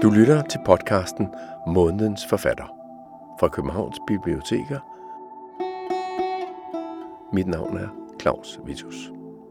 Du lytter til podcasten Månedens Forfatter fra Københavns Biblioteker. Mit navn er Claus Vitus.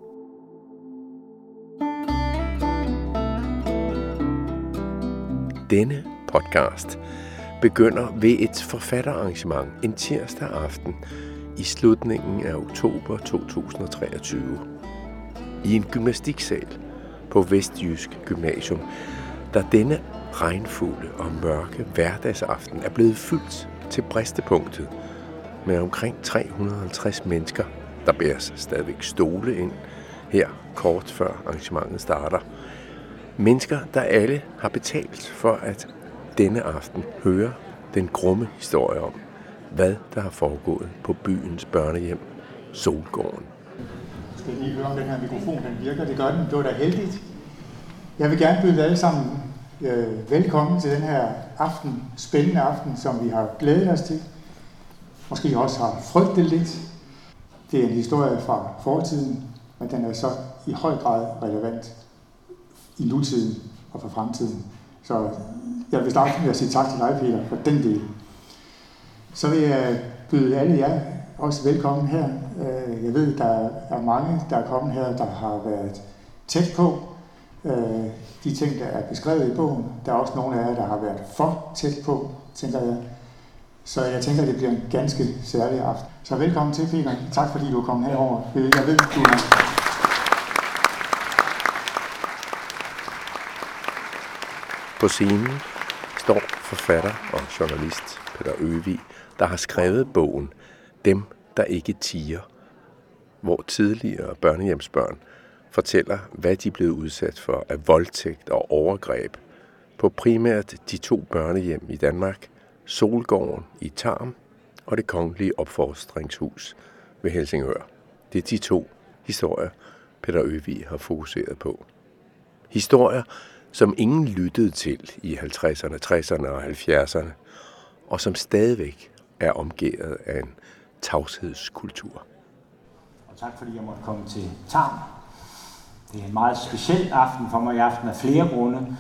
Denne podcast begynder ved et forfatterarrangement en tirsdag aften i slutningen af oktober 2023 i en gymnastiksal på Vestjysk Gymnasium, der denne regnfulde og mørke hverdagsaften er blevet fyldt til bristepunktet med omkring 350 mennesker, der bæres stadigvæk stole ind her kort før arrangementet starter. Mennesker, der alle har betalt for at denne aften høre den grumme historie om, hvad der har foregået på byens børnehjem, Solgården. Jeg skal lige høre, om den her mikrofon den virker. Det gør den. Det var da heldigt. Jeg vil gerne byde alle sammen velkommen til den her aften, spændende aften, som vi har glædet os til. Måske også har frygtet lidt. Det er en historie fra fortiden, men den er så i høj grad relevant i nutiden og for fremtiden. Så jeg vil starte med at sige tak til dig, Peter, for den del. Så vil jeg byde alle jer også velkommen her. Jeg ved, der er mange, der er kommet her, der har været tæt på de ting, der er beskrevet i bogen. Der er også nogle af jer, der har været for tæt på, tænker jeg. Så jeg tænker, det bliver en ganske særlig aften. Så velkommen til, Peter. Tak fordi du er kommet herover. Jeg ved, du er... På scenen står forfatter og journalist Peter Øvig, der har skrevet bogen Dem, der ikke tier, hvor tidligere børnehjemsbørn fortæller, hvad de er blevet udsat for af voldtægt og overgreb på primært de 2 børnehjem i Danmark, Solgården i Tarm og Det Kongelige Opfostringshus ved Helsingør. Det er de 2 historier, Peter Øvig har fokuseret på. Historier, som ingen lyttede til i 50'erne, 60'erne og 70'erne, og som stadigvæk er omgivet af en tavshedskultur. Og tak fordi jeg måtte komme til Tarm. Det er en meget speciel aften for mig i aften af flere grunde.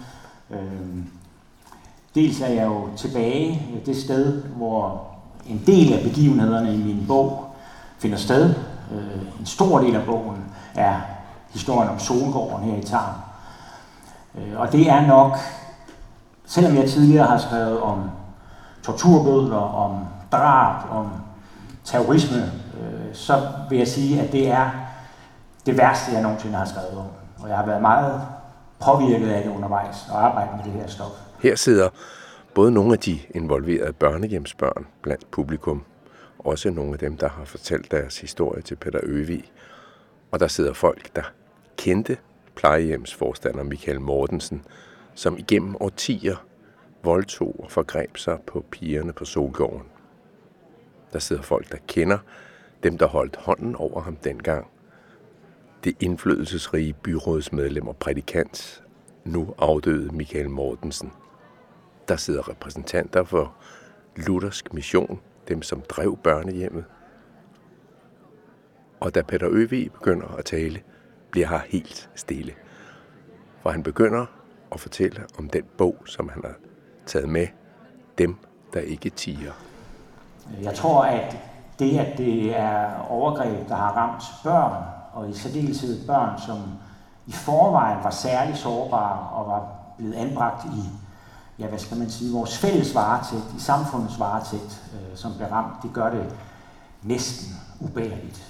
Dels er jeg jo tilbage det sted, hvor en del af begivenhederne i min bog finder sted. En stor del af bogen er historien om Solgården her i Tarm. Og det er nok, selvom jeg tidligere har skrevet om torturbødler, om drab, om terrorisme, så vil jeg sige, at det er det værste, jeg nogensinde har skrevet om. Og jeg har været meget påvirket af det undervejs og arbejdet med det her stof. Her sidder både nogle af de involverede børnehjemsbørn blandt publikum, også nogle af dem, der har fortalt deres historie til Peter Øvig. Og der sidder folk, der kendte plejehjemsforstander Michael Mortensen, som igennem årtier voldtog og forgreb sig på pigerne på Solgården. Der sidder folk, der kender dem, der holdt hånden over ham dengang. Det indflydelsesrige byrådsmedlem og prædikant, nu afdøde Michael Mortensen. Der sidder repræsentanter for Luthersk Mission, dem som drev børnehjemmet. Og da Peter Øvig begynder at tale, bliver her helt stille. For han begynder at fortælle om den bog, som han har taget med, Dem, der ikke tier. Jeg tror, at det er overgreb, der har ramt børn, og i særdeleshed børn, som i forvejen var særlig sårbare og var blevet anbragt i, vores fælles varetægt, i samfundets varetægt, som blev ramt, det gør det næsten ubærligt.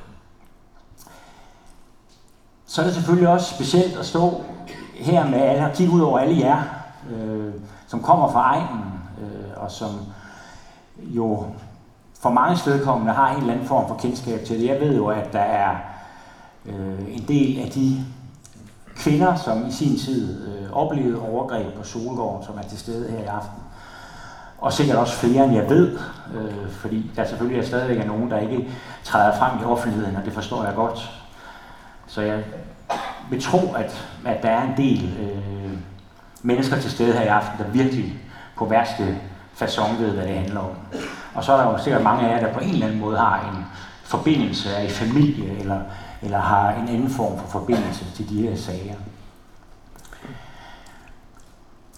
Så er det selvfølgelig også specielt at stå her med alle og kigge ud over alle jer, som kommer fra egnen, og som jo for mange vedkommende har en eller anden form for kendskab til det. Jeg ved jo, at der er en del af de kvinder, som i sin tid oplevede overgreb på Solgården, som er til stede her i aften. Og sikkert også flere, end jeg ved, fordi der selvfølgelig stadigvæk er nogen, der ikke træder frem i offentligheden, og det forstår jeg godt. Så jeg vil tro, at der er en del mennesker til stede her i aften, der virkelig på værste facon ved, hvad det handler om. Og så er der jo sikkert mange af jer, der på en eller anden måde har en forbindelse, er i familie, eller har en anden form for forbindelse til de her sager.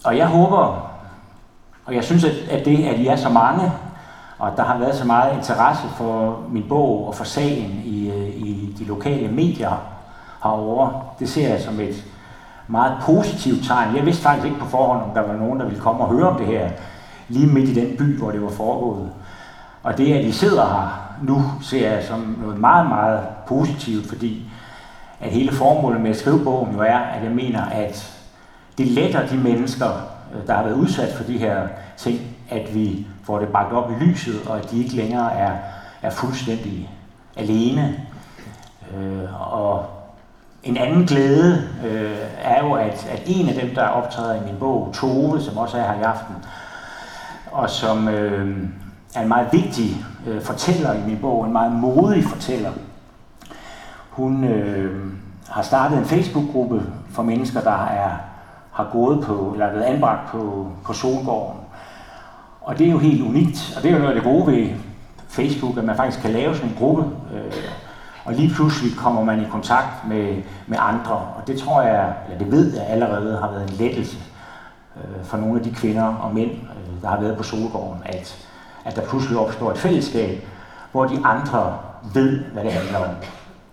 Og jeg håber, og jeg synes, at det, at I er så mange, og at der har været så meget interesse for min bog og for sagen i de lokale medier herovre, det ser jeg som et meget positivt tegn. Jeg vidste faktisk ikke på forhånd, om der var nogen, der ville komme og høre om det her, lige midt i den by, hvor det var foregået. Og det, at I sidder her nu, ser jeg som noget meget, meget positivt, fordi at hele formålet med at skrive bogen jo er, at jeg mener, at det letter de mennesker, der har været udsat for de her ting, at vi får det bragt op i lyset, og at de ikke længere er fuldstændig alene. Og en anden glæde er jo, at en af dem, der optræder i min bog, Tove, som også er her i aften, og som er en meget vigtig fortæller i min bog, en meget modig fortæller. Hun har startet en Facebook-gruppe for mennesker, der har gået på, eller været anbragt på Solgården. Og det er jo helt unikt, og det er jo noget af det gode ved Facebook, at man faktisk kan lave sådan en gruppe, og lige pludselig kommer man i kontakt med andre. Og det tror jeg, eller det ved jeg allerede, har været en lettelse for nogle af de kvinder og mænd, der har været på Solgården, at der pludselig opstår et fællesskab, hvor de andre ved, hvad det handler om.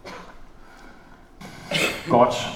Godt.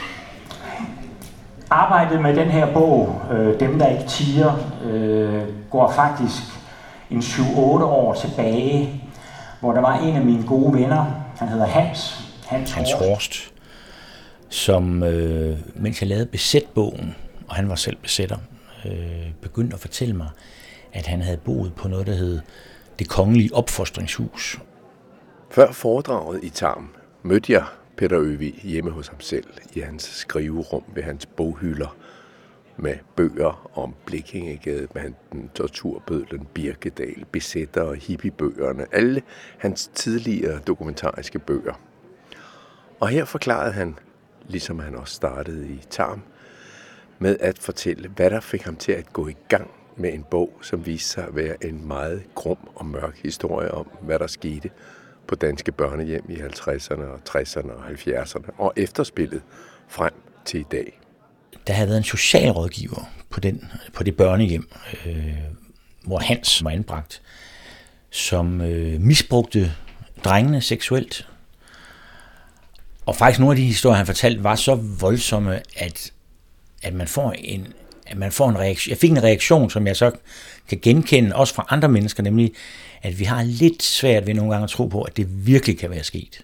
Arbejdet med den her bog, Dem der ikke tier, går faktisk en 7-8 år tilbage, hvor der var en af mine gode venner, han hedder Hans Horst, som mens jeg lavede Besæt-bogen, og han var selv besætter, begyndte at fortælle mig, at han havde boet på noget, der hed Det Kongelige Opfostringshus. Før foredraget i Tarm mødte jeg Peter Øvig hjemme hos ham selv i hans skriverum ved hans boghylder med bøger om Blekingegade-banden, Torturbødlen, Birkedal, Besætter og hippiebøgerne, alle hans tidligere dokumentariske bøger. Og her forklarede han, ligesom han også startede i Tarm, med at fortælle, hvad der fik ham til at gå i gang med en bog, som viste sig at være en meget grum og mørk historie om, hvad der skete på danske børnehjem i 50'erne og 60'erne og 70'erne og efterspillet frem til i dag. Der havde været en socialrådgiver på det børnehjem, hvor Hans var anbragt, som misbrugte drengene seksuelt. Og faktisk nogle af de historier, han fortalte, var så voldsomme, at man får en reaktion. Jeg fik en reaktion, som jeg så kan genkende, også fra andre mennesker, nemlig, at vi har lidt svært ved nogle gange at tro på, at det virkelig kan være sket.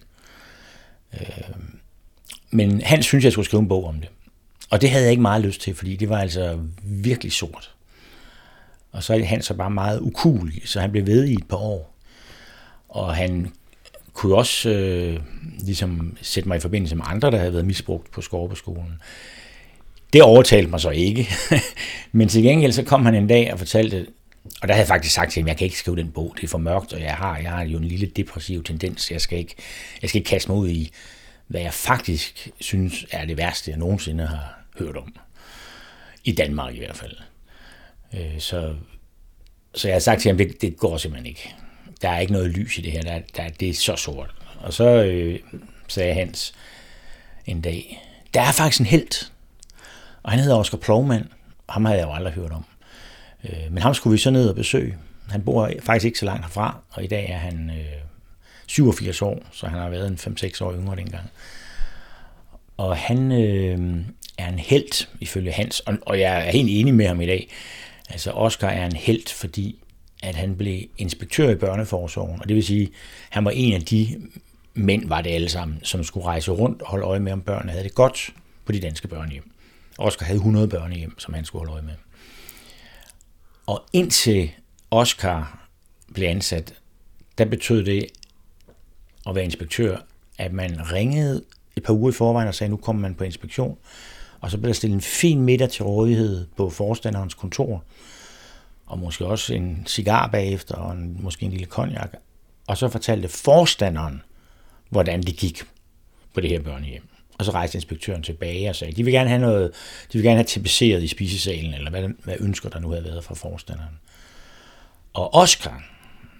Men han synes, jeg skulle skrive en bog om det. Og det havde jeg ikke meget lyst til, fordi det var altså virkelig sort. Og så er han så bare meget ukuelig, så han blev ved i et par år. Og han kunne også ligesom sætte mig i forbindelse med andre, der havde været misbrugt på Skorpeskolen. Det overtalte mig så ikke. Men til gengæld så kom han en dag og fortalte, og der havde jeg faktisk sagt til ham, jeg kan ikke skrive den bog, det er for mørkt, og jeg har jo en lille depressiv tendens. Jeg skal ikke kaste mig ud i, hvad jeg faktisk synes er det værste, jeg nogensinde har hørt om. I Danmark i hvert fald. Så jeg har sagt til ham, det går simpelthen ikke. Der er ikke noget lys i det her, det er så sort. Og så sagde Hans en dag, der er faktisk en helt, og han hedder Oscar Plovmand, ham havde jeg jo aldrig hørt om. Men ham skulle vi så ned og besøge. Han bor faktisk ikke så langt herfra, og i dag er han 87 år, så han har været en 5-6 år yngre dengang. Og han er en helt, ifølge Hans, og jeg er helt enig med ham i dag. Altså Oscar er en helt, fordi at han blev inspektør i børneforsorgen, og det vil sige, han var en af de mænd, var det alle sammen, som skulle rejse rundt og holde øje med, om børnene havde det godt på de danske børnehjem. Oscar havde 100 børnehjem, som han skulle holde øje med. Og indtil Oscar blev ansat, der betød det at være inspektør, at man ringede et par uger i forvejen og sagde, nu kommer man på inspektion, og så blev der stillet en fin middag til rådighed på forstanderens kontor, og måske også en cigar bagefter, og måske en lille cognac. Og så fortalte forstanderen, hvordan det gik på det her børnehjem. Og så rejste inspektøren tilbage og sagde, de vil gerne have tapetseret i spisesalen, eller hvad ønsker der nu havde været fra forstanderen. Og Oscar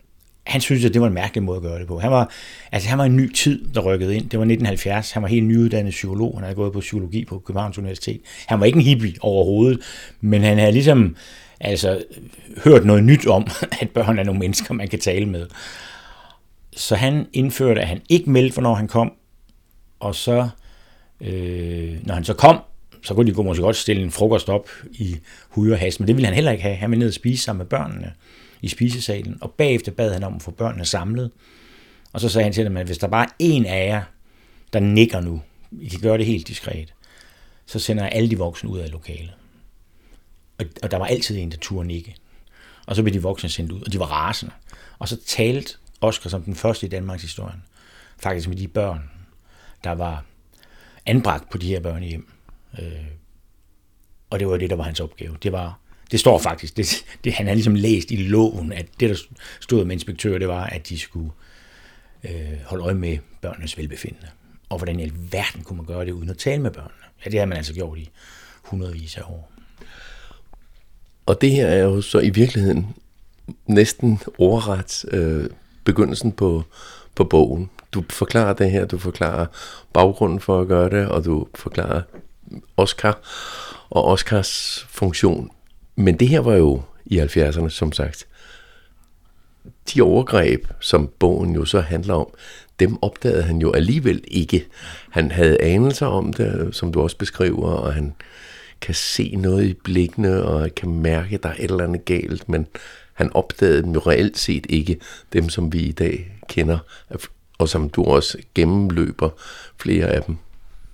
han synes, at det var en mærkelig måde at gøre det på. Han var en ny tid, der rykkede ind. Det var 1970. Han var helt nyuddannet psykolog. Han havde gået på psykologi på Københavns Universitet. Han var ikke en hippie overhovedet, men han havde ligesom hørt noget nyt om, at børn er nogle mennesker, man kan tale med. Så han indførte, at han ikke meldte, hvornår han kom, og så, når han så kom, så kunne de måske godt stille en frokost op i huj og hast, men det ville han heller ikke have. Han ville ned og spise sammen med børnene i spisesalen, og bagefter bad han om at få børnene samlet. Og så sagde han til dem, at hvis der bare er en af jer, der nikker nu, I kan gøre det helt diskret, så sender jeg alle de voksne ud af lokalet. Og der var altid en, der turde nikke. Og så blev de voksne sendt ud, og de var rasende. Og så talte Oscar som den første i Danmarks historie, faktisk med de børn, der var anbragt på de her børnehjem. Og det var det, der var hans opgave. Det står faktisk, det han har ligesom læst i loven, at det, der stod med inspektører, det var, at de skulle holde øje med børnenes velbefindende. Og hvordan i alverden kunne man gøre det, uden at tale med børnene? Ja, det har man altså gjort i hundredvis af år. Og det her er jo så i virkeligheden næsten ordret begyndelsen på bogen. Du forklarer det her, du forklarer baggrunden for at gøre det, og du forklarer Oscar og Oscars funktion. Men det her var jo i 70'erne, som sagt. De overgreb, som bogen jo så handler om, dem opdagede han jo alligevel ikke. Han havde anelser om det, som du også beskriver, og han kan se noget i blikkene, og kan mærke, at der er et eller andet galt, men han opdagede dem jo reelt set ikke, dem som vi i dag kender, og som du også gennemløber flere af dem.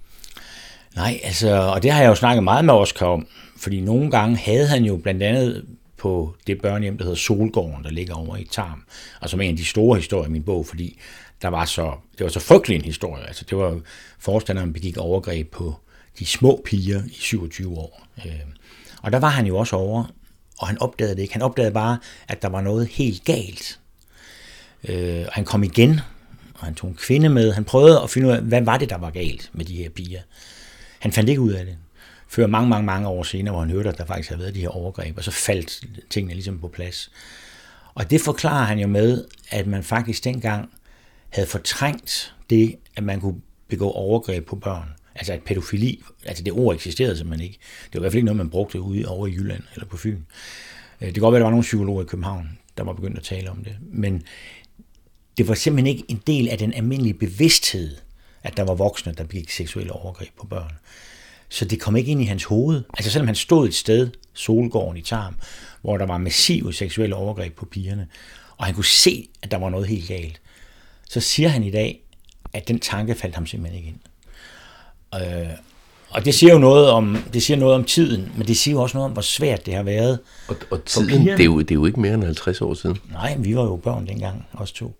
Nej, og det har jeg jo snakket meget med Oscar om, fordi nogle gange havde han jo blandt andet på det børnehjem, der hedder Solgården, der ligger over i Tarm, og som er en af de store historier i min bog, fordi det var så frygtelig en historie. Altså, det var forstanderen, der begik overgreb på de små piger i 27 år. Og der var han jo også over, og han opdagede det ikke. Han opdagede bare, at der var noget helt galt. Han kom igen, og han tog en kvinde med. Han prøvede at finde ud af, hvad var det, der var galt med de her piger. Han fandt ikke ud af det. Før mange år senere, hvor han hørte, at der faktisk havde været de her overgreb, og så faldt tingene ligesom på plads. Og det forklarer han jo med, at man faktisk dengang havde fortrængt det, at man kunne begå overgreb på børn. Altså at pædofili, altså det ord eksisterede simpelthen ikke. Det var i hvert fald ikke noget, man brugte ude over i Jylland eller på Fyn. Det kan godt være, at der var nogle psykologer i København, der var begyndt at tale om det. Men det var simpelthen ikke en del af den almindelige bevidsthed, at der var voksne, der begik seksuelle overgreb på børn. Så det kom ikke ind i hans hoved. Altså selvom han stod et sted, Solgården i Tarm, hvor der var massive seksuelle overgreb på pigerne, og han kunne se, at der var noget helt galt, så siger han i dag, at den tanke faldt ham simpelthen ikke ind. Og det siger jo noget om tiden, men det siger jo også noget om, hvor svært det har været. Og tiden, det er jo ikke mere end 50 år siden. Nej, vi var jo børn dengang, os to.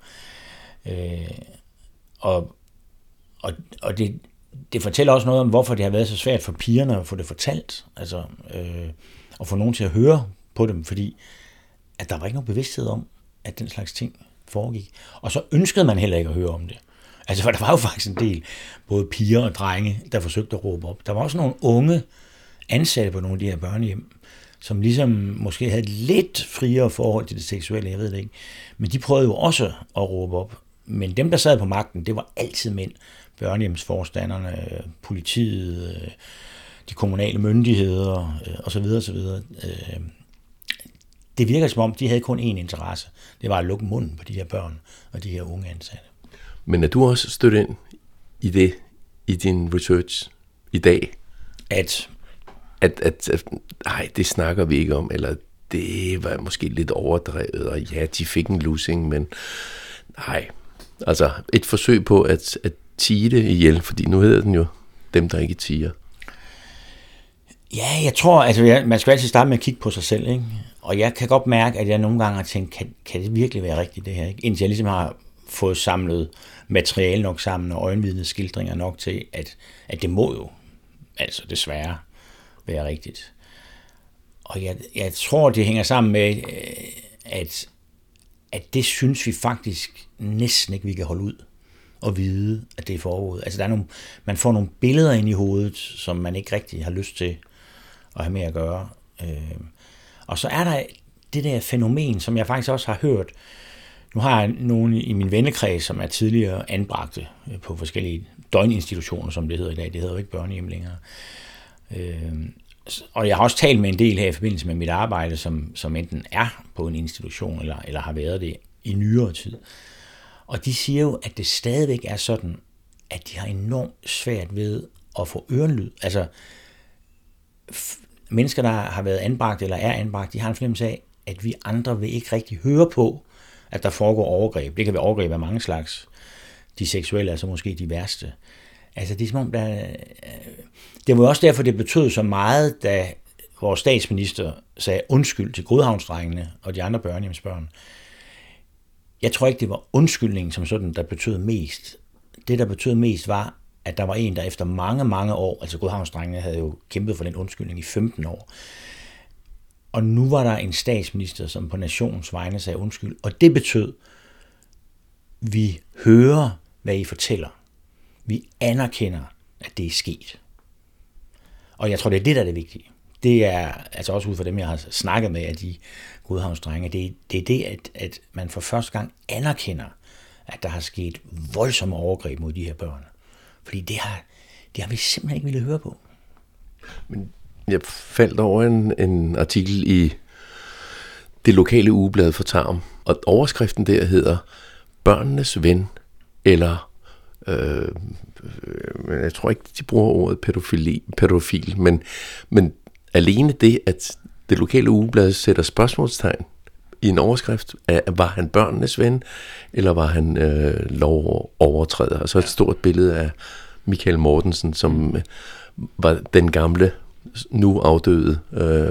Og det fortæller også noget om, hvorfor det har været så svært for pigerne at få det fortalt. Altså, at få nogen til at høre på dem, fordi at der var ikke nogen bevidsthed om, at den slags ting foregik. Og så ønskede man heller ikke at høre om det. Altså, for der var jo faktisk en del, både piger og drenge, der forsøgte at råbe op. Der var også nogle unge ansatte på nogle af de her børnehjem, som ligesom måske havde et lidt friere forhold til det seksuelle, jeg ved det ikke. Men de prøvede jo også at råbe op. Men dem, der sad på magten, det var altid mænd. Børnehjemsforstanderne, politiet, de kommunale myndigheder osv. osv. Det virker som om, de havde kun én interesse. Det var at lukke munden på de her børn og de her unge ansatte. Men er du også stødt ind i det, i din research i dag? At nej, det snakker vi ikke om, eller det var måske lidt overdrevet, og ja, de fik en lussing, men nej. Altså et forsøg på at tie det ihjel, fordi nu hedder den jo dem, der ikke tiger. Ja, jeg tror, man skal altid starte med at kigge på sig selv, ikke? Og jeg kan godt mærke, at jeg nogle gange har tænkt, kan det virkelig være rigtigt det her, ikke? Indtil jeg ligesom har fået samlet materiale nok sammen og øjenvidneskildringer nok til, at det må jo altså desværre være rigtigt. Og jeg tror, det hænger sammen med, at det synes vi faktisk næsten ikke, vi kan holde ud og vide, at det er forude. Altså man får nogle billeder ind i hovedet, som man ikke rigtig har lyst til at have med at gøre. Og så er der det der fænomen, som jeg faktisk også har hørt Nu har jeg nogen i min vennekreds, som er tidligere anbragte på forskellige døgninstitutioner, som det hedder i dag. Det hedder jo ikke børnehjem længere. Og jeg har også talt med en del her i forbindelse med mit arbejde, som enten er på en institution, eller har været det i nyere tid. Og de siger jo, at det stadigvæk er sådan, at de har enormt svært ved at få ørenlyd. Altså, mennesker, der har været anbragt eller er anbragt, de har en fornemmelse af, at vi andre vil ikke rigtig høre på, at der foregår overgreb. Det kan være overgreb af mange slags. De seksuelle er så måske de værste. Altså, det er som om, det var også derfor, det betød så meget, da vores statsminister sagde undskyld til Godhavnsdrengene og de andre børnehjemsbørn. Jeg tror ikke, det var undskyldningen som sådan, der betød mest. Det, der betød mest, var, at der var en, der efter mange, mange år, altså Godhavnsdrengene havde jo kæmpet for den undskyldning i 15 år, og nu var der en statsminister, som på nationens vegne sagde undskyld, og det betød, vi hører, hvad I fortæller. Vi anerkender, at det er sket. Og jeg tror, det er det, der er det vigtige. Det er, altså også ud fra dem, jeg har snakket med af de Godhavnsdrenge, det er det, at man for første gang anerkender, at der har sket voldsomme overgreb mod de her børn. Fordi det har vi simpelthen ikke ville høre på. Men jeg faldt over en artikel i det lokale ugeblad for Tarm, og overskriften der hedder Børnenes ven, eller jeg tror ikke, de bruger ordet pædofil, men alene det, at det lokale ugeblad sætter spørgsmålstegn i en overskrift, var han børnenes ven, eller var han lovovertræder? Og så et stort billede af Michael Mortensen, som var den gamle, nu afdøde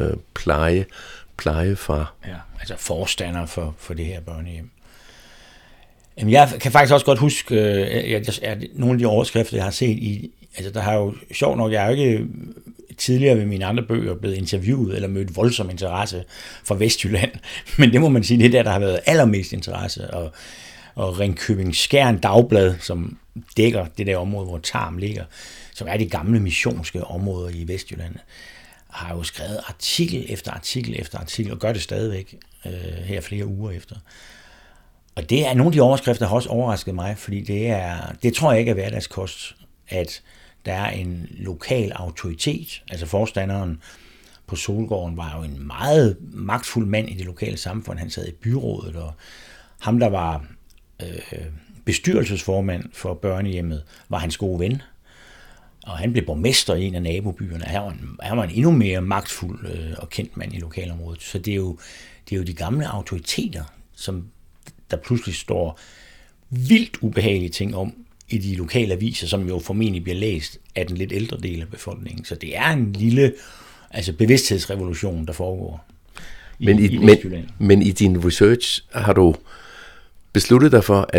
plejefar. Ja, altså forstander for det her børnehjem. Jamen, jeg kan faktisk også godt huske, nogle af de overskrifter, jeg har set i, altså der har jo, sjovt nok, jeg er jo ikke tidligere ved mine andre bøger blevet interviewet eller mødt voldsom interesse fra Vestjylland, men det må man sige, det er der har været allermest interesse, og Ringkøbing Skjern Dagblad, som dækker det der område, hvor Tarm ligger, som er de gamle missionske områder i Vestjylland, har jo skrevet artikel efter artikel efter artikel, og gør det stadigvæk her flere uger efter. Og det er nogle af de overskrifter, der har også overrasket mig, fordi det tror jeg ikke er hverdagskost, at der er en lokal autoritet, altså forstanderen på Solgården var jo en meget magtfuld mand i det lokale samfund. Han sad i byrådet, og ham, der var bestyrelsesformand for børnehjemmet, var hans gode ven. Og han blev borgmester i en af nabobyerne. Han var en endnu mere magtfuld og kendt mand i lokalområdet. Så det er jo de gamle autoriteter, som der pludselig står vildt ubehagelige ting om i de lokale aviser, som jo formentlig bliver læst af den lidt ældre del af befolkningen. Så det er en lille bevidsthedsrevolution, der foregår i Vestjylland. Men i din research har du besluttet dig for,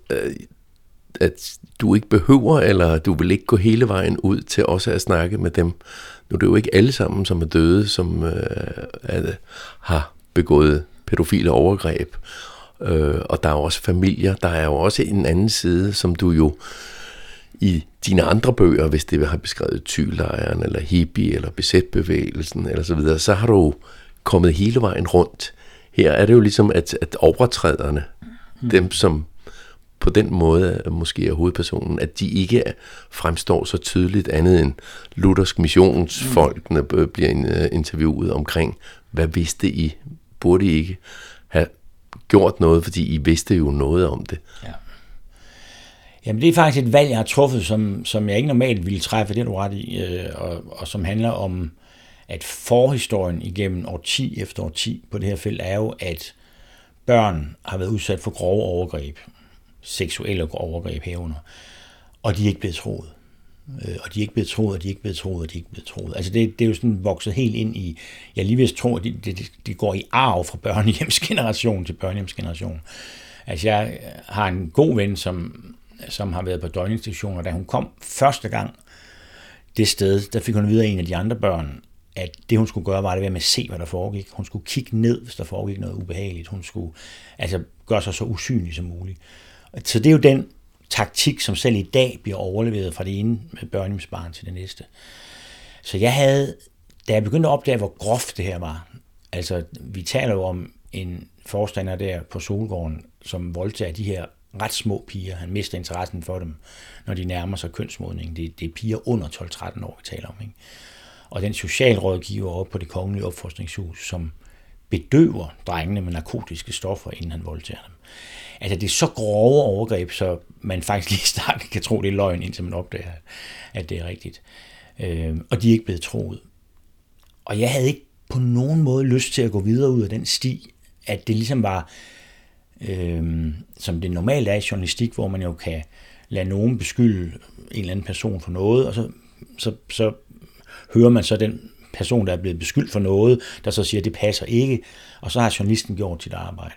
at du ikke behøver, eller du vil ikke gå hele vejen ud til også at snakke med dem. Nu er det jo ikke alle sammen, som er døde, som har begået pædofile overgreb. Og der er også familier, der er jo også en anden side, som du jo i dine andre bøger, hvis det har beskrevet Thylejren, eller hippie, eller BZ-bevægelsen, eller så videre, så har du kommet hele vejen rundt. Her er det jo ligesom, at overtræderne, dem som på den måde måske er hovedpersonen, at de ikke fremstår så tydeligt andet end luthersk missionsfolkene bliver interviewet omkring, hvad vidste I? Burde I ikke have gjort noget, fordi I vidste jo noget om det? Ja. Jamen, det er faktisk et valg, jeg har truffet, som jeg ikke normalt ville træffe, det er du ret i, og som handler om, at forhistorien igennem årti efter årti på det her felt er jo, at børn har været udsat for grove overgreb, seksuelle overgreb herunder, og de er ikke blevet troet. Og de er ikke blevet troet, og de er ikke blevet troet, og de er ikke blevet troet. Altså det er jo sådan vokset helt ind i, jeg lige vidst tror, at det går i arv fra børnehjemsgeneration til børnehjemsgeneration. Altså jeg har en god ven, som har været på døgninstitution, og da hun kom første gang det sted, der fik hun at vide af en af de andre børn, at det hun skulle gøre, var det ved at se, hvad der foregik. Hun skulle kigge ned, hvis der foregik noget ubehageligt. Hun skulle gøre sig så usynlig som muligt. Så det er jo den taktik, som selv i dag bliver overleveret fra det ene børnehjemsbarn til det næste. Så da jeg begyndte at opdage, hvor groft det her var, altså vi taler jo om en forstander der på Solgården, som voldtager de her ret små piger. Han mister interessen for dem, når de nærmer sig kønsmodning. Det er piger under 12-13 år, vi taler om. Ikke? Og den socialrådgiver oppe på Det Kongelige Opfostringshus, som bedøver drengene med narkotiske stoffer, inden han voldtager dem. Altså det er så grove overgreb, så man faktisk lige starten kan tro, det er løgn, indtil man opdager, at det er rigtigt. Og de er ikke blevet troet. Og jeg havde ikke på nogen måde lyst til at gå videre ud af den sti, at det ligesom var, som det normalt er i journalistik, hvor man jo kan lade nogen beskylde en eller anden person for noget, og så hører man så den person, der er blevet beskyldt for noget, der så siger, at det passer ikke, og så har journalisten gjort sit arbejde.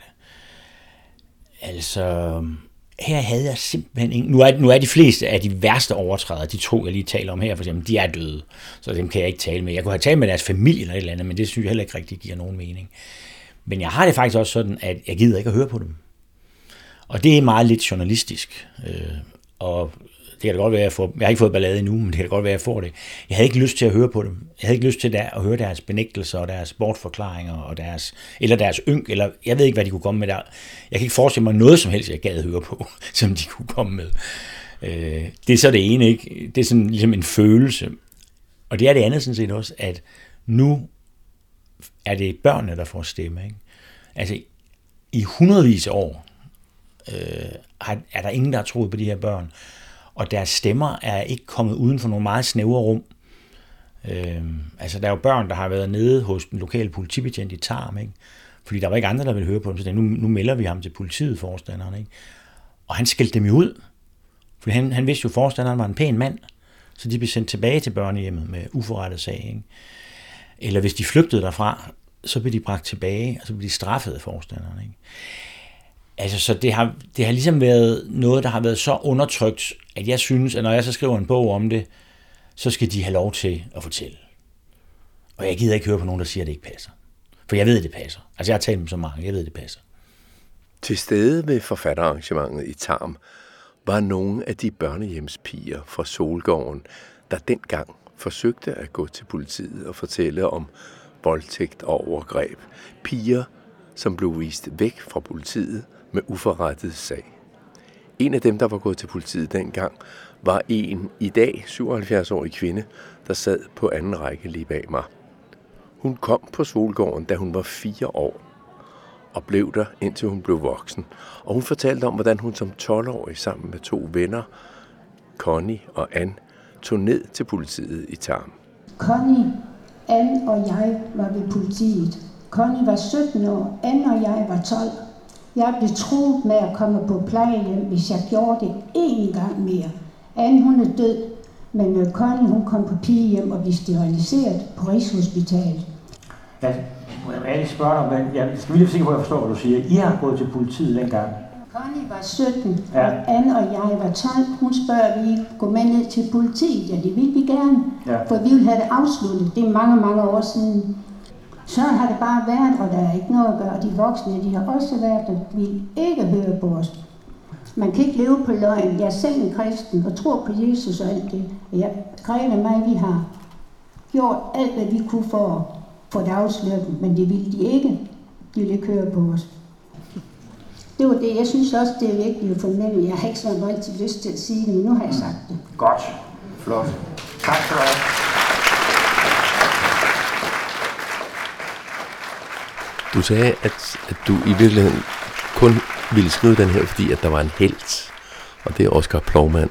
Altså, her havde jeg simpelthen ingen... Nu er de fleste af de værste overtrædere, de 2, jeg lige taler om her, for eksempel, de er døde, så dem kan jeg ikke tale med. Jeg kunne have talt med deres familie eller et eller andet, men det synes jeg heller ikke rigtig giver nogen mening. Men jeg har det faktisk også sådan, at jeg gider ikke at høre på dem. Og det er meget lidt journalistisk, og det kan da godt være, jeg har ikke fået ballade endnu, men det kan da godt være, jeg får det. Jeg havde ikke lyst til at høre på dem. Jeg havde ikke lyst til at høre deres benægtelser og deres bortforklaringer og deres ynk, eller jeg ved ikke, hvad de kunne komme med der. Jeg kan ikke forestille mig noget som helst, jeg gad høre på, som de kunne komme med. Det er så det ene, ikke? Det er sådan ligesom en følelse. Og det er det andet sådan set også, at nu er det børnene, der får stemme, ikke? Altså, i hundredvis af år er der ingen, der har troet på de her børn, og deres stemmer er ikke kommet uden for nogle meget snævre rum. Altså, der er jo børn, der har været nede hos den lokale politibetjent i Tarm, ikke? Fordi der var ikke andre, der ville høre på dem, så nu melder vi ham til politiet, forstanderen, ikke? Og han skældte dem jo ud, for han vidste jo, at forstanderen var en pæn mand, så de blev sendt tilbage til børnehjemmet med uforrettet sag, ikke? Eller hvis de flygtede derfra, så blev de bragt tilbage, og så blev de straffet af forstanderen, ikke? Altså, så det har ligesom været noget, der har været så undertrykt, at jeg synes, at når jeg så skriver en bog om det, så skal de have lov til at fortælle. Og jeg gider ikke høre på nogen, der siger, at det ikke passer. For jeg ved, at det passer. Altså, jeg har talt med så mange, jeg ved, at det passer. Til stede ved forfatterarrangementet i Tarm var nogle af de børnehjemspiger fra Solgården, der dengang forsøgte at gå til politiet og fortælle om voldtægt og overgreb. Piger, som blev vist væk fra politiet med uforrettet sag. En af dem, der var gået til politiet dengang, var en i dag 77-årig kvinde, der sad på anden række lige bag mig. Hun kom på Solgården, da hun var 4 år, og blev der, indtil hun blev voksen. Og hun fortalte om, hvordan hun som 12-årig sammen med 2 venner, Connie og Anne, tog ned til politiet i Tarm. Connie, Anne og jeg var ved politiet. Connie var 17 år, Anne og jeg var 12. Jeg blev truet med at komme på plejehjem, hvis jeg gjorde det én gang mere. Anne, hun er død, men Connie, hun kom på pigehjem og blev steriliseret på Rigshospitalet. Ja, jeg lige spørge dig, jeg skal lige sikker på, at jeg forstår, hvad du siger. I har gået til politiet dengang. Connie var 17, ja. Og Anne og jeg var 12. Hun spørger, vi gå med ned til politiet. Ja, det vil vi gerne, ja. For vi vil have det afsluttet. Det er mange, mange år siden. Sådan har det bare været, og der er ikke noget at gøre. De voksne, de har også været, der vil ikke høre på os. Man kan ikke leve på løgn. Jeg er selv en kristen og tror på Jesus og alt det. Jeg Grete og mig, vi har gjort alt, hvad vi kunne for at få det afsløret, men det ville de ikke. De ville ikke høre på os. Det var det. Jeg synes også, det er vigtigt at få med. Jeg har ikke så rigtig lyst til at sige det, men nu har jeg sagt det. Godt. Flot. Tak for det. Du sagde, at du i virkeligheden kun ville skrive den her, fordi at der var en helt, og det er Oscar Plovman.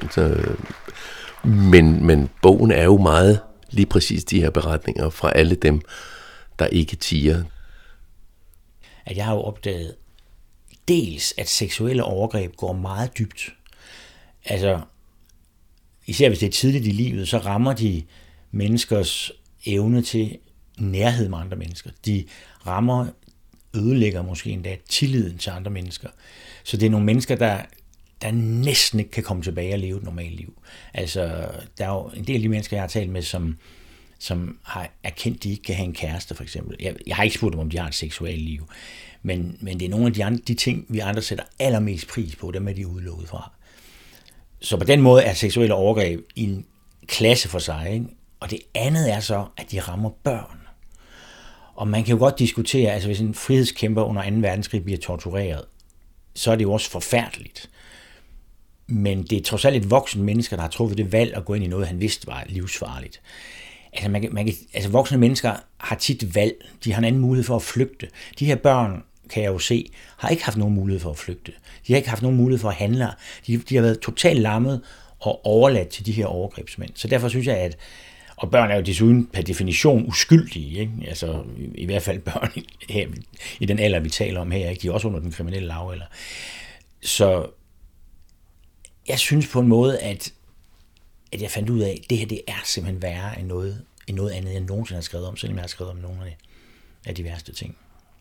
Men bogen er jo meget lige præcis de her beretninger fra alle dem, der ikke tier. At jeg har jo opdaget dels, at seksuelle overgreb går meget dybt. Altså, især hvis det er tidligt i livet, så rammer de menneskers evne til nærhed med andre mennesker. De ødelægger måske endda tilliden til andre mennesker. Så det er nogle mennesker, der næsten ikke kan komme tilbage og leve et normalt liv. Altså, der er jo en del af de mennesker, jeg har talt med, som har erkendt, at de ikke kan have en kæreste, for eksempel. Jeg har ikke spurgt dem, om de har et seksuelt liv, men det er nogle af de ting, vi andre sætter allermest pris på, dem er de udelukket fra. Så på den måde er seksuelle overgreb i en klasse for sig, ikke? Og det andet er så, at de rammer børn. Og man kan jo godt diskutere, altså hvis en frihedskæmper under 2. verdenskrig bliver tortureret, så er det jo også forfærdeligt. Men det er trods alt et voksen mennesker, der har truffet det valg at gå ind i noget, han vidste var livsfarligt. Altså voksne mennesker har tit valg. De har en anden mulighed for at flygte. De her børn, kan jeg jo se, har ikke haft nogen mulighed for at flygte. De har ikke haft nogen mulighed for at handle. De har været totalt lammet og overladt til de her overgrebsmænd. Så derfor synes jeg, og børn er jo desuden per definition uskyldige, ikke? Altså i hvert fald børn her, i den alder, vi taler om her, ikke? De er også under den kriminelle lavalder. Så jeg synes på en måde, at jeg fandt ud af, at det her, det er simpelthen værre end noget andet, jeg nogensinde har skrevet om, selvom jeg har skrevet om nogle af de værste ting.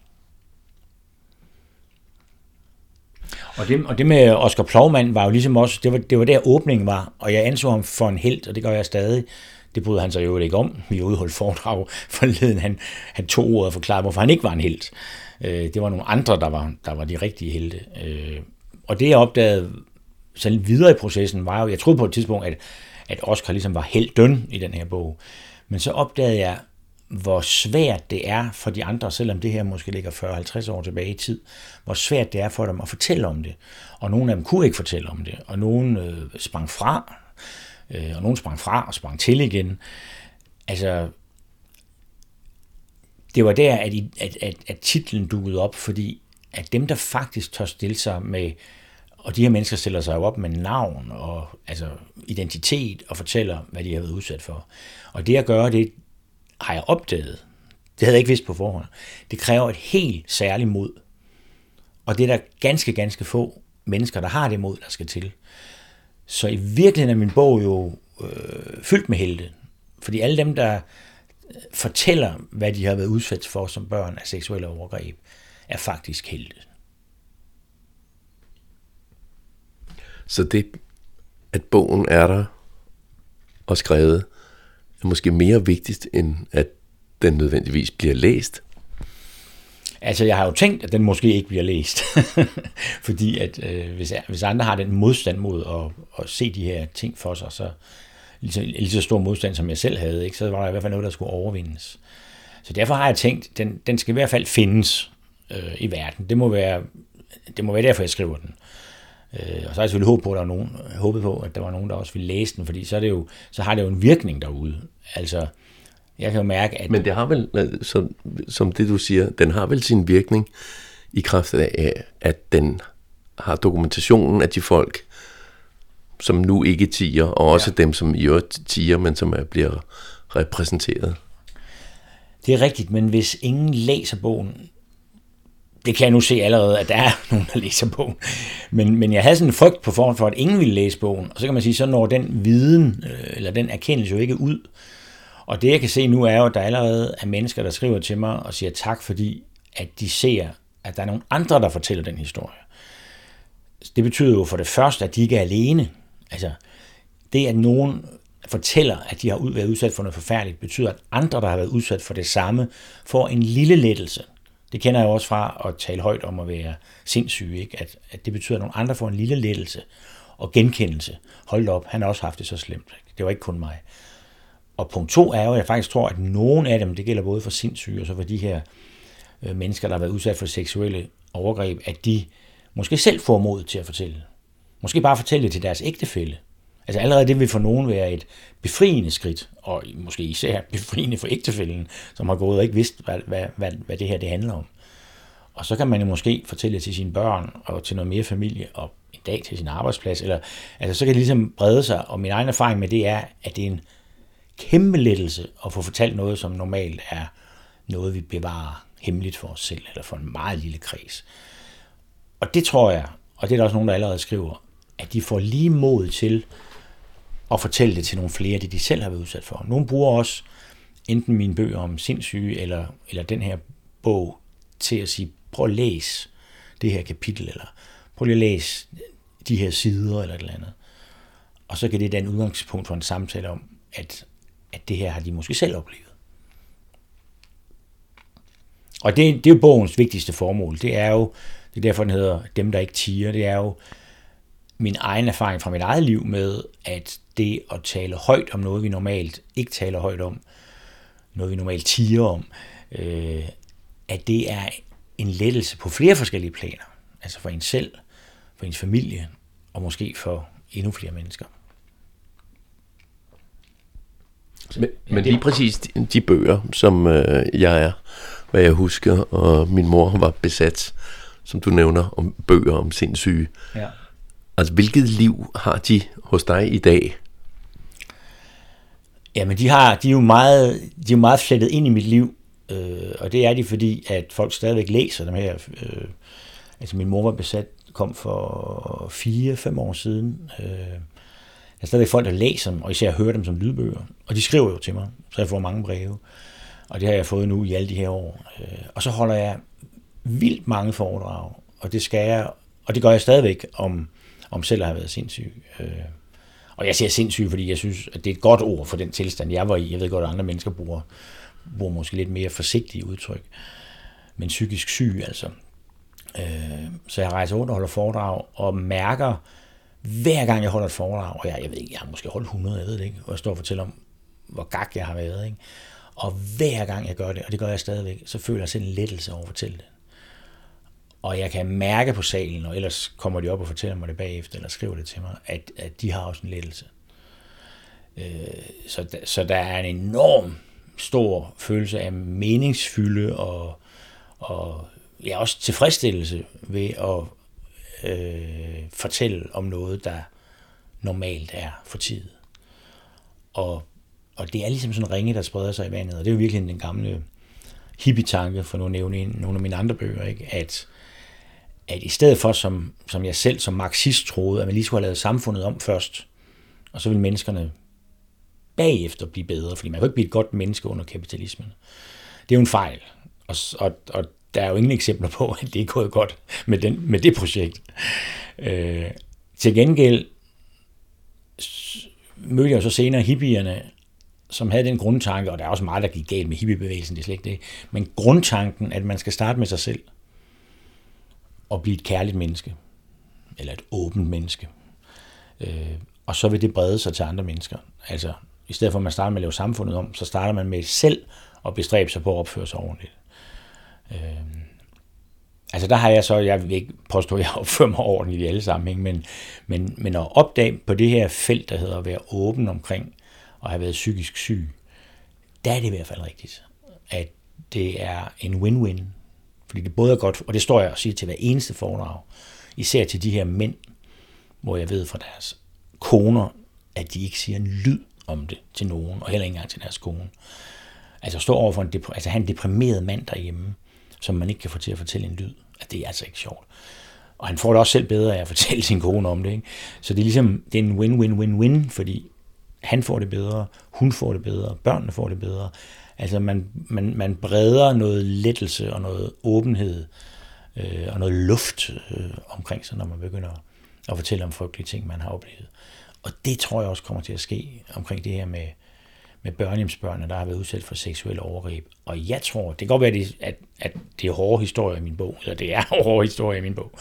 Og det med Oscar Plougmann var jo ligesom også, det var der åbningen var, og jeg anså ham for en helt, og det gør jeg stadig. Det bryder han sig jo ikke om. Vi udholdt foredrag forleden, han tog ordet og forklarede, hvorfor han ikke var en helt. Det var nogle andre, der var de rigtige helte. Og det jeg opdagede så videre i processen var jo, jeg troede på et tidspunkt, at Oscar ligesom var helten i den her bog. Men så opdagede jeg, hvor svært det er for de andre, selvom det her måske ligger 40-50 år tilbage i tid, hvor svært det er for dem at fortælle om det. Og nogle af dem kunne ikke fortælle om det, og nogle sprang fra, og nogle sprang fra og sprang til igen. Altså, det var der, at titlen dukkede op, fordi at dem, der faktisk tør stille sig med, og de her mennesker stiller sig jo op med navn og altså identitet og fortæller, hvad de har været udsat for. Og det at gøre det, har jeg opdaget. Det havde jeg ikke vidst på forhånd. Det kræver et helt særligt mod. Og det er der ganske, ganske få mennesker, der har det mod, der skal til. Så i virkeligheden er min bog jo fyldt med helte. Fordi alle dem, der fortæller, hvad de har været udsat for som børn af seksuelle overgreb, er faktisk helte. Så det, at bogen er der og skrevet, er måske mere vigtigt, end at den nødvendigvis bliver læst? Altså, jeg har jo tænkt, at den måske ikke bliver læst. Fordi at hvis andre har den modstand mod at se de her ting for sig, så lige så stor modstand, som jeg selv havde, ikke, så var der i hvert fald noget, der skulle overvindes. Så derfor har jeg tænkt, den skal i hvert fald findes i verden. Det må være derfor, jeg skriver den. Og så har jeg selvfølgelig håbet på, at der var nogen, der også ville læse den, fordi så har det jo en virkning derude. Altså, jeg kan jo mærke, at... Men det har vel, som det du siger, den har vel sin virkning i kraft af, at den har dokumentationen af de folk, som nu ikke tier, og også dem, som i øvrigt tier, men som bliver repræsenteret. Det er rigtigt, men hvis ingen læser bogen, det kan jeg nu se allerede, at der er nogen, der læser bogen. Men jeg havde sådan en frygt på forhånd for, at ingen ville læse bogen. Og så kan man sige, så når den viden, eller den erkendelse jo ikke ud. Og det jeg kan se nu er jo, at der allerede er mennesker, der skriver til mig og siger tak, fordi at de ser, at der er nogle andre, der fortæller den historie. Det betyder jo for det første, at de ikke er alene. Altså, det at nogen fortæller, at de har været udsat for noget forfærdeligt, betyder, at andre, der har været udsat for det samme, får en lille lettelse. Det kender jeg også fra at tale højt om at være sindssyg, ikke? At det betyder, at nogle andre får en lille lettelse og genkendelse. Hold op, han har også haft det så slemt. Ikke? Det var ikke kun mig. Og punkt 2 er jo, at jeg faktisk tror, at nogle af dem, det gælder både for sindssyge og så for de her mennesker, der har været udsat for seksuelle overgreb, at de måske selv får mod til at fortælle. Måske bare fortælle det til deres ægtefælle. Altså allerede det vil for nogen være et befriende skridt, og måske især befriende for ægtefællen, som har gået og ikke vidst, hvad det her det handler om. Og så kan man jo måske fortælle til sine børn, og til noget mere familie, og en dag til sin arbejdsplads, eller altså så kan det ligesom brede sig, og min egen erfaring med det er, at det er en kæmpe lettelse at få fortalt noget, som normalt er noget, vi bevarer hemmeligt for os selv, eller for en meget lille kreds. Og det tror jeg, og det er der også nogen, der allerede skriver, at de får lige mod til at fortælle det til nogle flere, det de selv har været udsat for. Nogle bruger også enten mine bøger om sindssyge, eller den her bog til at sige, prøv at læse det her kapitel, eller prøv lige at læse de her sider, eller et eller andet. Og så kan det danne udgangspunkt for en samtale om, at det her har de måske selv oplevet. Og det er jo bogens vigtigste formål. Det er derfor, den hedder Dem, der ikke tier. Det er jo min egen erfaring fra mit eget liv med, at det at tale højt om noget, vi normalt ikke taler højt om, noget vi normalt tier om, at det er en lettelse på flere forskellige planer. Altså for en selv, for ens familie, og måske for endnu flere mennesker. Men lige præcis de bøger, som jeg er, hvad jeg husker, og min mor var besat, som du nævner, om bøger om sindssyge. Ja. Altså, hvilket liv har de hos dig i dag? Jamen, de er jo meget flettet ind i mit liv, og det er de, fordi at folk stadigvæk læser dem her. Altså, min mor var besat, kom for 4-5 år siden. Der er stadigvæk folk, der læser dem, og især hører dem som lydbøger. Og de skriver jo til mig, så jeg får mange breve. Og det har jeg fået nu i alle de her år. Og så holder jeg vildt mange foredrag, og det skal jeg, og det gør jeg stadigvæk om selv at have været sindssyg. Og jeg siger sindssyg, fordi jeg synes, at det er et godt ord for den tilstand, jeg var i. Jeg ved godt, at andre mennesker bruger måske lidt mere forsigtige udtryk. Men psykisk syg, altså. Så jeg rejser rundt og holder foredrag, og mærker, hver gang jeg holder et foredrag, og jeg ved ikke, jeg har måske holdt 100, jeg ved det ikke, og jeg står og fortæller om, hvor gak jeg har været, ikke? Og hver gang jeg gør det, og det gør jeg stadigvæk, så føler jeg selv en lettelse over at fortælle det. Og jeg kan mærke på salen, og ellers kommer de op og fortæller mig det bagefter, eller skriver det til mig, at de har også en lettelse. Så der er en enorm stor følelse af meningsfylde og ja, også tilfredsstillelse ved at fortælle om noget, der normalt er fortiet. Og det er ligesom sådan en ringe, der spreder sig i vandet, og det er jo virkelig den gamle hippie-tanke, for nu at nævne nogle af mine andre bøger, ikke? At i stedet for, som jeg selv som marxist troede, at man lige skulle have lavet samfundet om først, og så ville menneskerne bagefter blive bedre, fordi man kan ikke blive et godt menneske under kapitalismen. Det er jo en fejl, og der er jo ingen eksempler på, at det er gået godt med det projekt. Til gengæld mødte jeg så senere hippierne, som havde den grundtanke, og der er også meget, der gik galt med hippiebevægelsen, det er slet ikke det, men grundtanken, at man skal starte med sig selv, og blive et kærligt menneske, eller et åbent menneske. Og så vil det brede sig til andre mennesker. Altså, i stedet for at man starter med at lave samfundet om, så starter man med selv at bestræbe sig på at opføre sig ordentligt. Altså der har jeg vil ikke påstå, at jeg opfører mig ordentligt i alle sammenhæng, men at opdage på det her felt, der hedder at være åben omkring og have været psykisk syg, der er det i hvert fald rigtigt, at det er en win-win. Fordi det både er godt, og det står jeg og siger til hver eneste foredrag, især til de her mænd, hvor jeg ved fra deres koner, at de ikke siger en lyd om det til nogen, og heller ikke engang til deres kone. Altså stå over for han en deprimeret mand derhjemme, som man ikke kan få til at fortælle en lyd, at det er altså ikke sjovt. Og han får det også selv bedre af at fortælle sin kone om det, ikke? Så det er ligesom, det er en win-win-win-win, fordi han får det bedre, hun får det bedre, børnene får det bedre. Altså man breder noget lettelse og noget åbenhed og noget luft omkring sig, når man begynder at fortælle om frygtelige ting, man har oplevet. Og det tror jeg også kommer til at ske omkring det her med børnehjemsbørnene, der har været udsat for seksuelle overgreb. Og jeg tror, det kan godt være, at det er hårde historier i min bog, eller det er hårde historier i min bog.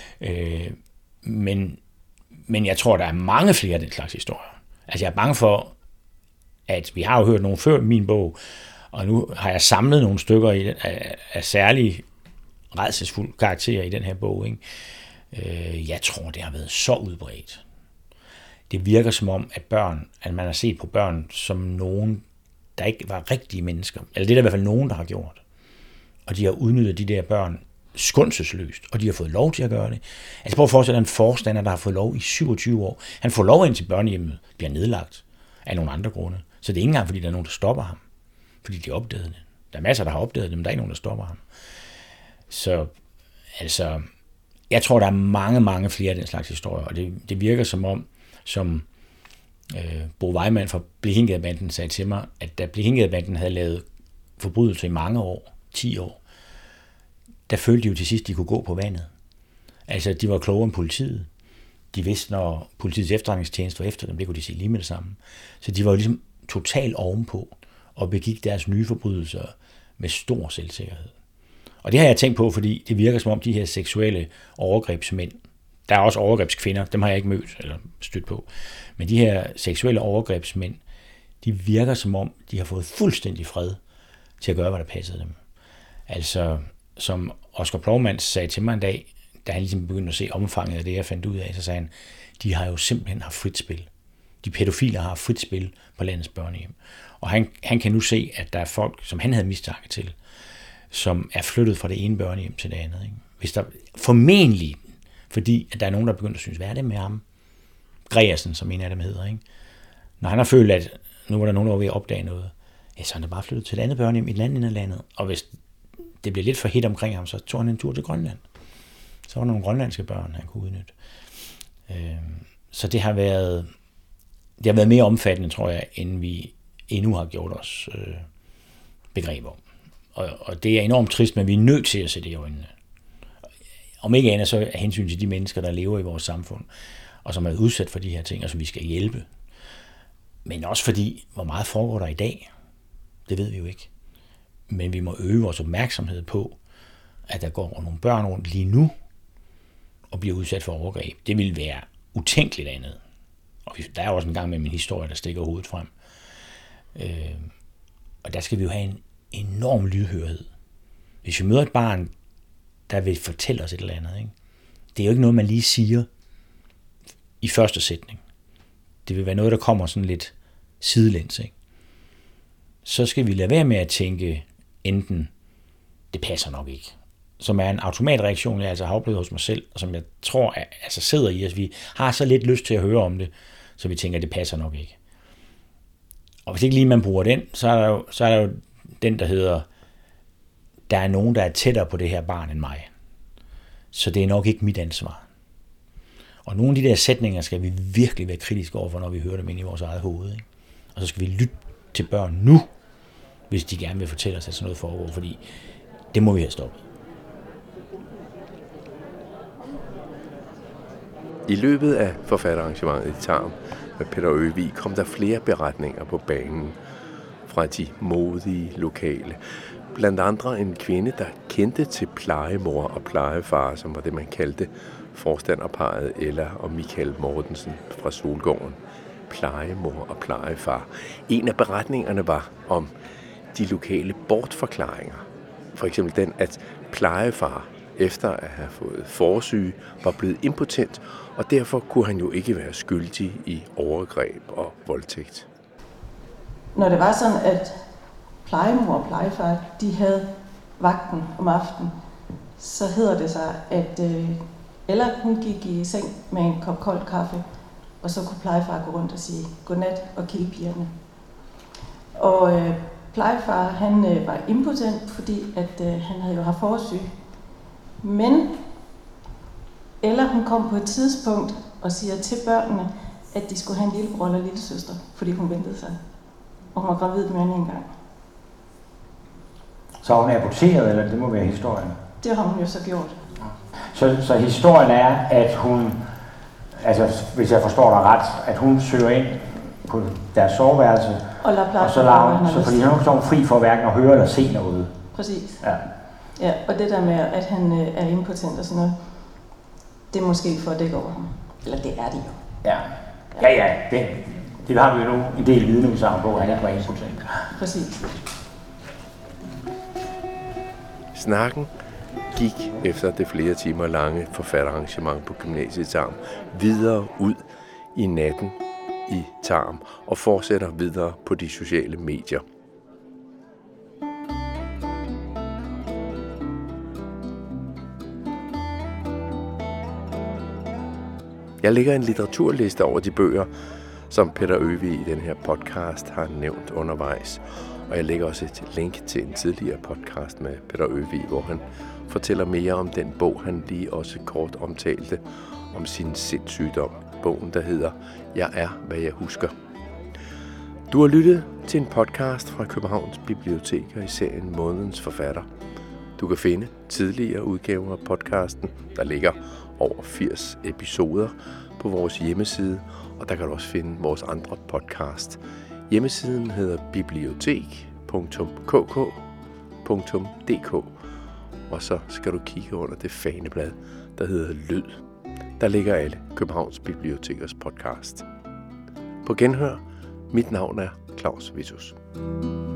Men jeg tror, der er mange flere af den slags historier. Altså jeg er bange for, at vi har jo hørt nogle før i min bog, og nu har jeg samlet nogle stykker af særlig rædselsfulde karakterer i den her bog, ikke? Jeg tror, det har været så udbredt. Det virker som om, at man har set på børn som nogen, der ikke var rigtige mennesker. Eller det er der i hvert fald nogen, der har gjort. Og de har udnyttet de der børn skånselsløst, og de har fået lov til at gøre det. Altså prøv at forestille dig en forstander, der har fået lov i 27 år. Han får lov ind til børnehjemmet, bliver nedlagt af nogle andre grunde. Så det er ikke engang, fordi der er nogen, der stopper ham. Fordi de opdagede det. Der er masser, der har opdaget det, men der er ikke nogen, der stopper ham. Så altså, jeg tror, der er mange, mange flere af den slags historier, og det virker som om, som Bo Weimann fra Blekingegadebanden sagde til mig, at da Blekingegadebanden havde lavet forbrydelser i mange år, 10 år, der følte de jo til sidst, de kunne gå på vandet. Altså, de var klogere end politiet. De vidste, når politiets efterretningstjeneste var efter dem, det kunne de se lige med det samme. Så de var jo ligesom totalt ovenpå og begik deres nye forbrydelser med stor selvsikkerhed. Og det har jeg tænkt på, fordi det virker som om de her seksuelle overgrebsmænd, der er også overgrebskvinder, dem har jeg ikke mødt eller stødt på, men de her seksuelle overgrebsmænd, de virker som om, de har fået fuldstændig fred til at gøre, hvad der passede dem. Altså, som Oscar Plovmand sagde til mig en dag, da han ligesom begyndte at se omfanget af det, jeg fandt ud af, så sagde han, de har jo simpelthen haft frit spil. De pædofile har frit spil på landets børnehjem. Og han kan nu se, at der er folk, som han havde mistanke til, som er flyttet fra det ene børnehjem til det andet. Ikke? Hvis der formentlig, fordi at der er nogen, der er begyndt at synes, hvad er det med ham? Gregersen, som en af dem hedder. Ikke? Når han har følt, at nu var der nogen, der var ved at opdage noget, ja, så han er bare flyttet til et andet børnehjem i et andet af landet. Og hvis det blev lidt for hit omkring ham, så tog han en tur til Grønland. Så var der nogle grønlandske børn, han kunne udnytte. Så det har været mere omfattende, tror jeg, end vi endnu har gjort os begreb om. Og det er enormt trist, men vi er nødt til at se det i øjnene. Om ikke andet, så er hensyn til de mennesker, der lever i vores samfund, og som er udsat for de her ting, og som vi skal hjælpe. Men også fordi, hvor meget foregår der i dag, det ved vi jo ikke. Men vi må øge vores opmærksomhed på, at der går nogle børn rundt lige nu, og bliver udsat for overgreb. Det vil være utænkeligt andet. Og der er også en gang med min historie, der stikker hovedet frem. Og der skal vi jo have en enorm lydhørhed. Hvis vi møder et barn, der vil fortælle os et eller andet, ikke? Det er jo ikke noget, man lige siger i første sætning. Det vil være noget, der kommer sådan lidt sidelæns, ikke? Så skal vi lade være med at tænke, enten det passer nok ikke, som er en automatreaktion, jeg altså har oplevet hos mig selv, og som jeg tror altså sidder i os. Vi har så lidt lyst til at høre om det, så vi tænker, at det passer nok ikke. Og hvis ikke lige man bruger den, så er der jo den, der hedder, der er nogen, der er tættere på det her barn end mig. Så det er nok ikke mit ansvar. Og nogle af de der sætninger skal vi virkelig være kritiske overfor, når vi hører dem ind i vores eget hoved. Ikke? Og så skal vi lytte til børn nu, hvis de gerne vil fortælle os, at sådan noget foregår, fordi det må vi have stoppet. I løbet af forfatterarrangementet i Tarm med Peter Øvig kom der flere beretninger på banen fra de modige lokale. Blandt andre en kvinde, der kendte til plejemor og plejefar, som var det, man kaldte forstanderparret Ella og Michael Mortensen fra Solgården. Plejemor og plejefar. En af beretningerne var om de lokale bortforklaringer. For eksempel den, at plejefar efter at have fået forsyge, var blevet impotent, og derfor kunne han jo ikke være skyldig i overgreb og voldtægt. Når det var sådan, at plejemor og plejefar, de havde vagten om aftenen, så hedder det sig, at Ella hun gik i seng med en kop kold kaffe, og så kunne plejefar gå rundt og sige godnat og kigge pigerne. Og plejefar, han var impotent, fordi at han havde jo haft forsyge. Men Ella hun kom på et tidspunkt og siger til børnene, at de skulle have en lillebror eller lillesøster, fordi hun ventede sig. Og hun var gravid mere end en gang. Så hun er aborteret, eller det må være historien? Det har hun jo så gjort. Så historien er, at hun, altså hvis jeg forstår dig ret, at hun søger ind på deres soveværelse, og så lader hun, så fordi hun står fri for hverken at høre eller se noget. Præcis. Ja. Ja, og det der med, at han er impotent og sådan noget, det er måske for at dække over ham. Eller det er det jo. Ja, det har vi jo nu en del vidneudsagn på, at han ikke var impotent. Præcis. Snakken gik efter det flere timer lange forfatterarrangement på gymnasiet Tarm videre ud i natten i Tarm og fortsætter videre på de sociale medier. Jeg lægger en litteraturliste over de bøger, som Peter Øvig i den her podcast har nævnt undervejs. Og jeg lægger også et link til en tidligere podcast med Peter Øvig, hvor han fortæller mere om den bog, han lige også kort omtalte om sin sindssygdom. Bogen, der hedder Jeg er, hvad jeg husker. Du har lyttet til en podcast fra Københavns Biblioteker i serien Månedens Forfatter. Du kan finde tidligere udgaver af podcasten, der ligger over 80 episoder på vores hjemmeside, og der kan du også finde vores andre podcast. Hjemmesiden hedder bibliotek.kk.dk, og så skal du kigge under det faneblad, der hedder Lyd. Der ligger alle Københavns Bibliotekers podcast. På genhør, mit navn er Claus Vitus.